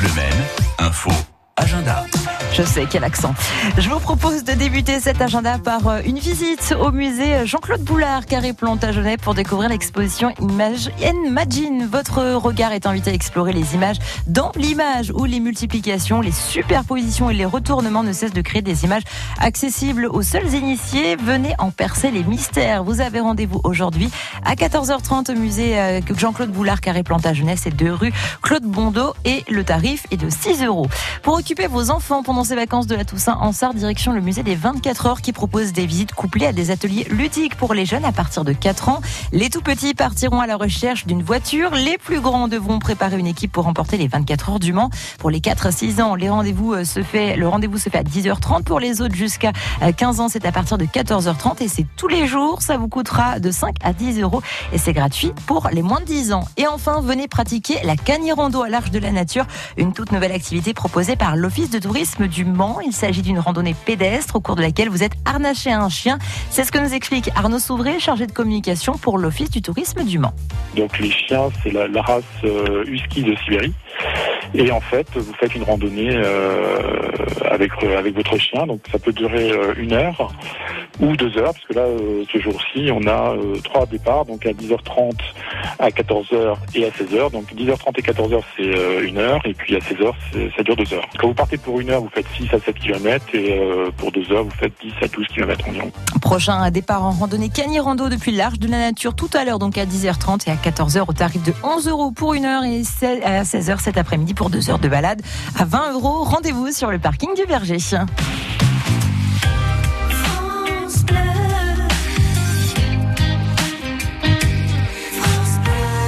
Bleu Maine, info, agenda. Je sais quel accent. Je vous propose de débuter cet agenda par une visite au musée Jean-Claude Boulard, Carré-Plante à Genève, pour découvrir l'exposition Imagine. Votre regard est invité à explorer les images dans l'image, où les multiplications, les superpositions et les retournements ne cessent de créer des images accessibles aux seuls initiés. Venez en percer les mystères. Vous avez rendez-vous aujourd'hui à 14h30 au musée Jean-Claude Boulard, Carré-Plante à Genève, c'est 2 rue Claude Bondeau, et le tarif est de 6 €. Pour occuper vos enfants pendant ces vacances de la Toussaint en Sarre, direction le musée des 24 heures qui propose des visites couplées à des ateliers ludiques pour les jeunes à partir de 4 ans. Les tout petits partiront à la recherche d'une voiture. Les plus grands devront préparer une équipe pour remporter les 24 heures du Mans. Pour les 4-6 ans, le rendez-vous se fait à 10h30. Pour les autres jusqu'à 15 ans, c'est à partir de 14h30 et c'est tous les jours. Ça vous coûtera de 5 à 10 € et c'est gratuit pour les moins de 10 ans. Et enfin, venez pratiquer la Cagni-Rando à l'Arche de la Nature, une toute nouvelle activité proposée par l'Office de tourisme du Mans. Il s'agit d'une randonnée pédestre au cours de laquelle vous êtes harnaché à un chien. C'est ce que nous explique Arnaud Souvray, chargé de communication pour l'Office du tourisme du Mans. Donc les chiens, c'est la race husky de Sibérie. Et en fait, vous faites une randonnée avec votre chien. Donc ça peut durer 1 heure ou 2 heures, parce que là, ce jour-ci, on a 3 départs, donc à 10h30, à 14h et à 16h. Donc 10h30 et 14h, c'est 1 heure, et puis à 16h, ça dure 2 heures. Quand vous partez pour 1 heure, vous faites 6 à 7 km, et pour 2 heures, vous faites 10 à 12 km environ. Prochain départ en randonnée Cagni-Rando depuis l'Arche de la Nature tout à l'heure, donc à 10h30 et à 14h au tarif de 11 € pour 1 heure, et à 16h cet après-midi pour 2 heures de balade à 20 €. Rendez-vous sur le parking du Verger.